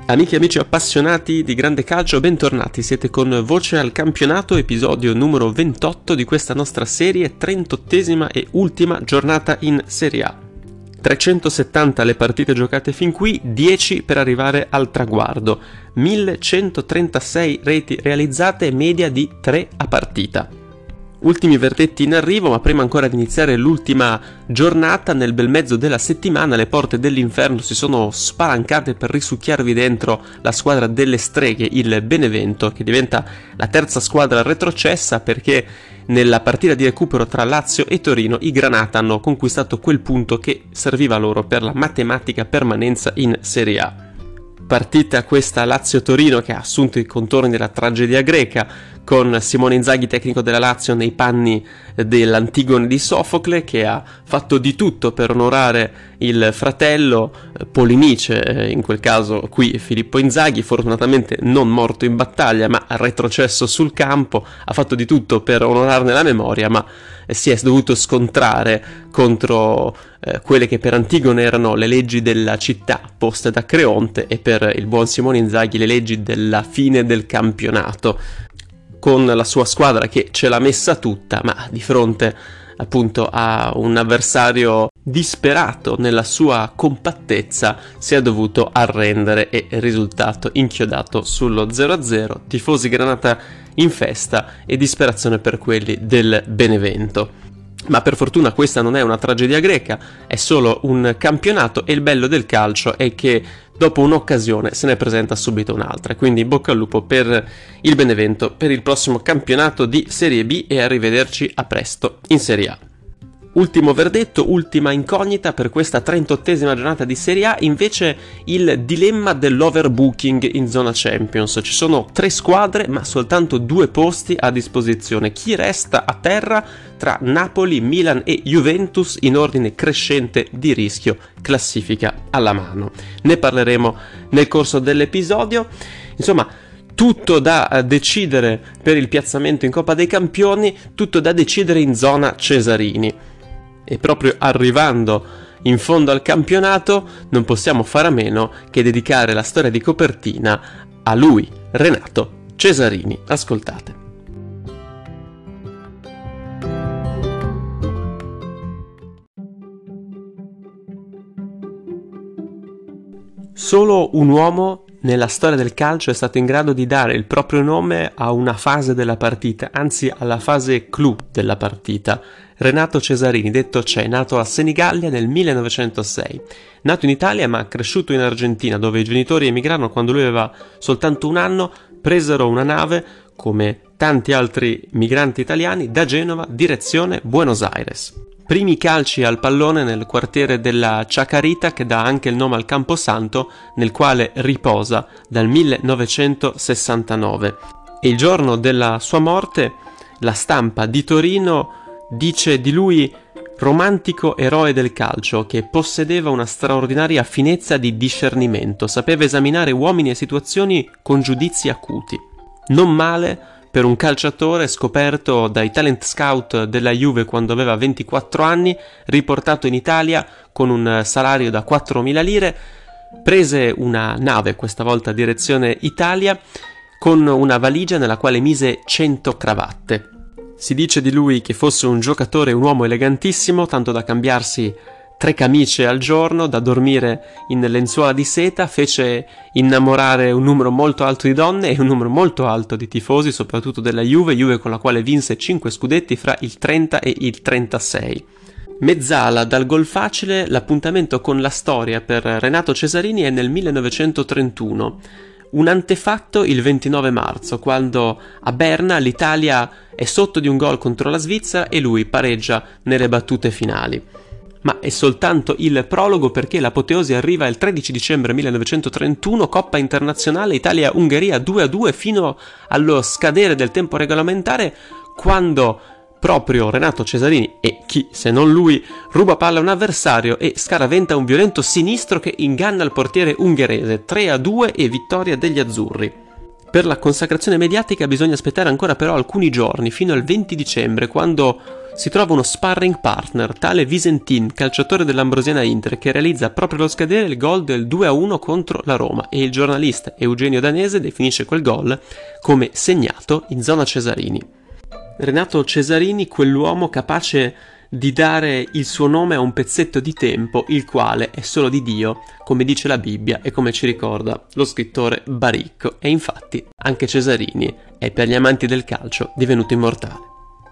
Amiche e amici appassionati di grande calcio, bentornati, siete con Voce al Campionato, episodio numero 28 di questa nostra serie, 38esima e ultima giornata in Serie A. 370 le partite giocate fin qui, 10 per arrivare al traguardo, 1136 reti realizzate, media di 3 a partita. Ultimi verdetti in arrivo, ma prima ancora di iniziare l'ultima giornata, nel bel mezzo della settimana le porte dell'inferno si sono spalancate per risucchiarvi dentro la squadra delle streghe, il Benevento, che diventa la terza squadra retrocessa perché nella partita di recupero tra Lazio e Torino i Granata hanno conquistato quel punto che serviva loro per la matematica permanenza in Serie A. Partita questa Lazio-Torino che ha assunto i contorni della tragedia greca, con Simone Inzaghi, tecnico della Lazio, nei panni dell'Antigone di Sofocle, che ha fatto di tutto per onorare il fratello Polinice, in quel caso qui Filippo Inzaghi, fortunatamente non morto in battaglia ma retrocesso sul campo, ha fatto di tutto per onorarne la memoria, ma si è dovuto scontrare contro quelle che per Antigone erano le leggi della città poste da Creonte e per il buon Simone Inzaghi le leggi della fine del campionato, con la sua squadra che ce l'ha messa tutta, ma di fronte appunto a un avversario disperato nella sua compattezza si è dovuto arrendere e il risultato inchiodato sullo 0-0, tifosi Granata in festa e disperazione per quelli del Benevento. Ma per fortuna questa non è una tragedia greca, è solo un campionato e il bello del calcio è che dopo un'occasione se ne presenta subito un'altra. Quindi in bocca al lupo per il Benevento per il prossimo campionato di Serie B e arrivederci a presto in Serie A. Ultimo verdetto, ultima incognita per questa 38esima giornata di Serie A, invece il dilemma dell'overbooking in zona Champions. Ci sono 3 squadre ma soltanto 2 posti a disposizione. Chi resta a terra tra Napoli, Milan e Juventus in ordine crescente di rischio, classifica alla mano. Ne parleremo nel corso dell'episodio. Insomma, tutto da decidere per il piazzamento in Coppa dei Campioni, tutto da decidere in zona Cesarini. E proprio arrivando in fondo al campionato non possiamo fare a meno che dedicare la storia di copertina a lui, Renato Cesarini. Ascoltate. Solo un uomo nella storia del calcio è stato in grado di dare il proprio nome a una fase della partita, anzi alla fase clou della partita. Renato Cesarini, detto Cè, nato a Senigallia nel 1906. Nato in Italia ma cresciuto in Argentina, dove i genitori emigrarono quando lui aveva soltanto un anno, presero una nave, come tanti altri migranti italiani, da Genova direzione Buenos Aires. Primi calci al pallone nel quartiere della Chacarita, che dà anche il nome al Camposanto, nel quale riposa dal 1969. E il giorno della sua morte, la stampa di Torino dice di lui romantico eroe del calcio che possedeva una straordinaria finezza di discernimento, sapeva esaminare uomini e situazioni con giudizi acuti. Non male per un calciatore scoperto dai talent scout della Juve quando aveva 24 anni, riportato in Italia con un salario da 4.000 lire, prese una nave, questa volta direzione Italia, con una valigia nella quale mise 100 cravatte. Si dice di lui che fosse un giocatore e un uomo elegantissimo, tanto da cambiarsi 3 camicie al giorno, da dormire in lenzuola di seta, fece innamorare un numero molto alto di donne e un numero molto alto di tifosi, soprattutto della Juve con la quale vinse 5 scudetti fra il 30 e il 36. Mezzala dal gol facile, l'appuntamento con la storia per Renato Cesarini è nel 1931. Un antefatto il 29 marzo, quando a Berna l'Italia è sotto di un gol contro la Svizzera e lui pareggia nelle battute finali. Ma è soltanto il prologo, perché l'apoteosi arriva il 13 dicembre 1931, Coppa Internazionale Italia-Ungheria 2-2 fino allo scadere del tempo regolamentare, quando proprio Renato Cesarini, e chi se non lui, ruba palla a un avversario e scaraventa un violento sinistro che inganna il portiere ungherese. 3-2 e vittoria degli azzurri. Per la consacrazione mediatica bisogna aspettare ancora però alcuni giorni, fino al 20 dicembre, quando si trova uno sparring partner, tale Visentin, calciatore dell'Ambrosiana Inter, che realizza proprio allo scadere il gol del 2-1 contro la Roma, e il giornalista Eugenio Danese definisce quel gol come segnato in zona Cesarini. Renato Cesarini, quell'uomo capace di dare il suo nome a un pezzetto di tempo, il quale è solo di Dio, come dice la Bibbia e come ci ricorda lo scrittore Baricco, e infatti anche Cesarini è per gli amanti del calcio divenuto immortale.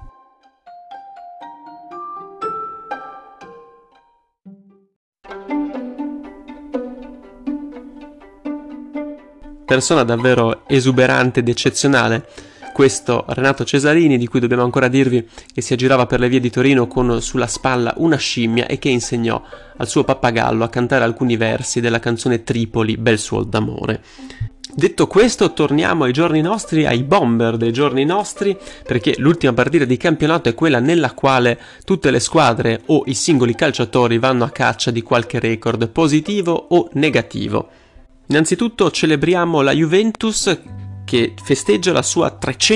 Persona davvero esuberante ed eccezionale, questo Renato Cesarini, di cui dobbiamo ancora dirvi che si aggirava per le vie di Torino con sulla spalla una scimmia e che insegnò al suo pappagallo a cantare alcuni versi della canzone Tripoli, bel suol d'amore. Detto questo, torniamo ai giorni nostri, ai bomber dei giorni nostri, perché l'ultima partita di campionato è quella nella quale tutte le squadre o i singoli calciatori vanno a caccia di qualche record positivo o negativo. Innanzitutto celebriamo la Juventus, che festeggia la sua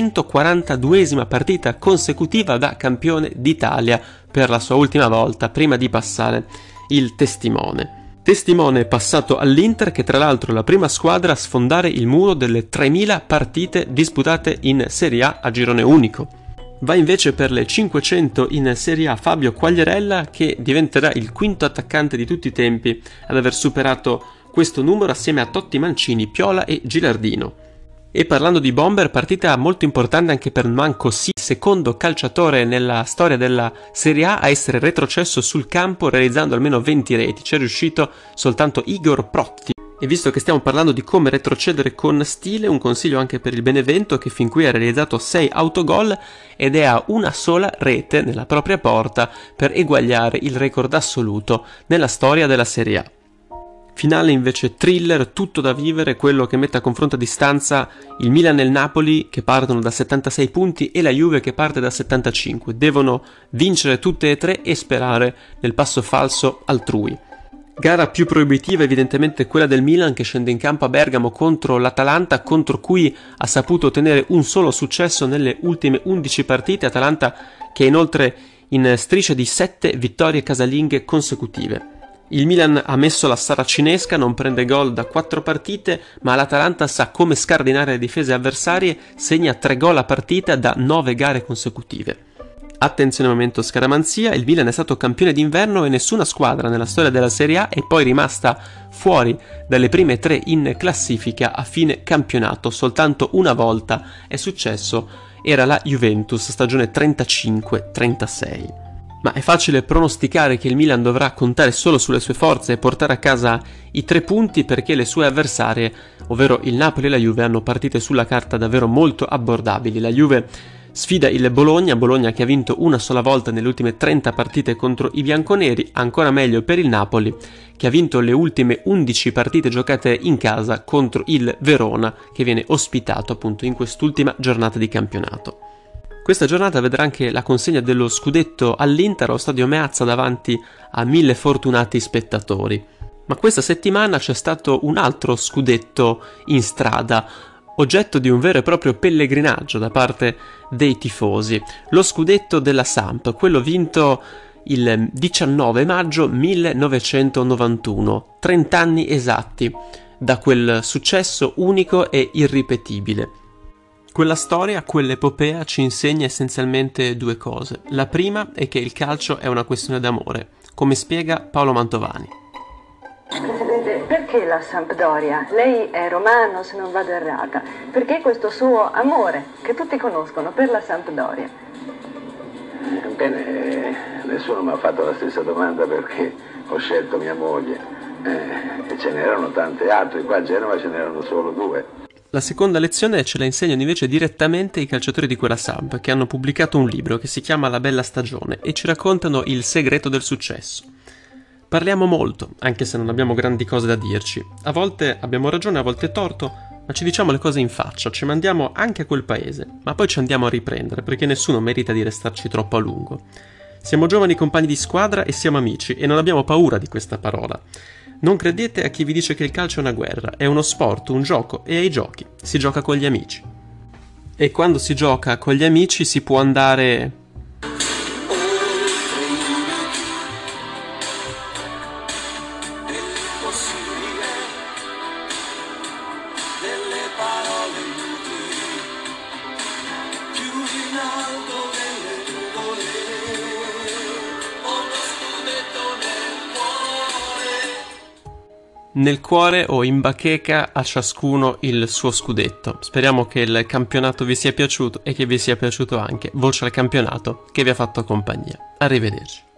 342esima partita consecutiva da campione d'Italia per la sua ultima volta prima di passare il testimone. Testimone passato all'Inter, che tra l'altro è la prima squadra a sfondare il muro delle 3000 partite disputate in Serie A girone unico. Va invece per le 500 in Serie A Fabio Quagliarella, che diventerà il quinto attaccante di tutti i tempi ad aver superato questo numero assieme a Totti, Mancini, Piola e Gilardino. E parlando di bomber, partita molto importante anche per Manco Sì, secondo calciatore nella storia della Serie A essere retrocesso sul campo realizzando almeno 20 reti. C'è riuscito soltanto Igor Protti. E visto che stiamo parlando di come retrocedere con stile, un consiglio anche per il Benevento, che fin qui ha realizzato 6 autogol ed è a una sola rete nella propria porta per eguagliare il record assoluto nella storia della Serie A. Finale invece thriller, tutto da vivere, quello che mette a confronto a distanza il Milan e il Napoli, che partono da 76 punti, e la Juve che parte da 75. Devono vincere tutte e tre e sperare nel passo falso altrui. Gara più proibitiva evidentemente quella del Milan, che scende in campo a Bergamo contro l'Atalanta, contro cui ha saputo ottenere un solo successo nelle ultime 11 partite. Atalanta che è inoltre in striscia di 7 vittorie casalinghe consecutive. Il Milan ha messo la saracinesca, non prende gol da 4 partite, ma l'Atalanta sa come scardinare le difese avversarie, segna 3 gol a partita da 9 gare consecutive. Attenzione al momento scaramanzia, il Milan è stato campione d'inverno e nessuna squadra nella storia della Serie A è poi rimasta fuori dalle prime 3 in classifica a fine campionato. Soltanto una volta è successo, era la Juventus, stagione 35-36. Ma è facile pronosticare che il Milan dovrà contare solo sulle sue forze e portare a casa i 3 punti, perché le sue avversarie, ovvero il Napoli e la Juve, hanno partite sulla carta davvero molto abbordabili. La Juve sfida il Bologna che ha vinto una sola volta nelle ultime 30 partite contro i bianconeri, ancora meglio per il Napoli, che ha vinto le ultime 11 partite giocate in casa contro il Verona, che viene ospitato appunto in quest'ultima giornata di campionato. Questa giornata vedrà anche la consegna dello scudetto all'Inter allo stadio Meazza davanti a 1000 fortunati spettatori. Ma questa settimana c'è stato un altro scudetto in strada, oggetto di un vero e proprio pellegrinaggio da parte dei tifosi. Lo scudetto della Samp, quello vinto il 19 maggio 1991, 30 anni esatti da quel successo unico e irripetibile. Quella storia, quell'epopea ci insegna essenzialmente 2 cose. La prima è che il calcio è una questione d'amore, come spiega Paolo Mantovani. Presidente, perché la Sampdoria? Lei è romano, se non vado errata. Perché questo suo amore, che tutti conoscono, per la Sampdoria? Bene, nessuno mi ha fatto la stessa domanda perché ho scelto mia moglie. E ce n'erano tante altre, qua a Genova ce n'erano solo 2. La seconda lezione ce la insegnano invece direttamente i calciatori di quella Samp, che hanno pubblicato un libro che si chiama La bella stagione e ci raccontano il segreto del successo. Parliamo molto, anche se non abbiamo grandi cose da dirci. A volte abbiamo ragione, a volte torto, ma ci diciamo le cose in faccia, ci mandiamo anche a quel paese, ma poi ci andiamo a riprendere, perché nessuno merita di restarci troppo a lungo. Siamo giovani compagni di squadra e siamo amici, e non abbiamo paura di questa parola. Non credete a chi vi dice che il calcio è una guerra, è uno sport, un gioco, e ai giochi si gioca con gli amici. E quando si gioca con gli amici si può andare Nel cuore o in bacheca a ciascuno il suo scudetto. Speriamo che il campionato vi sia piaciuto e che vi sia piaciuto anche Voce al Campionato che vi ha fatto compagnia. Arrivederci.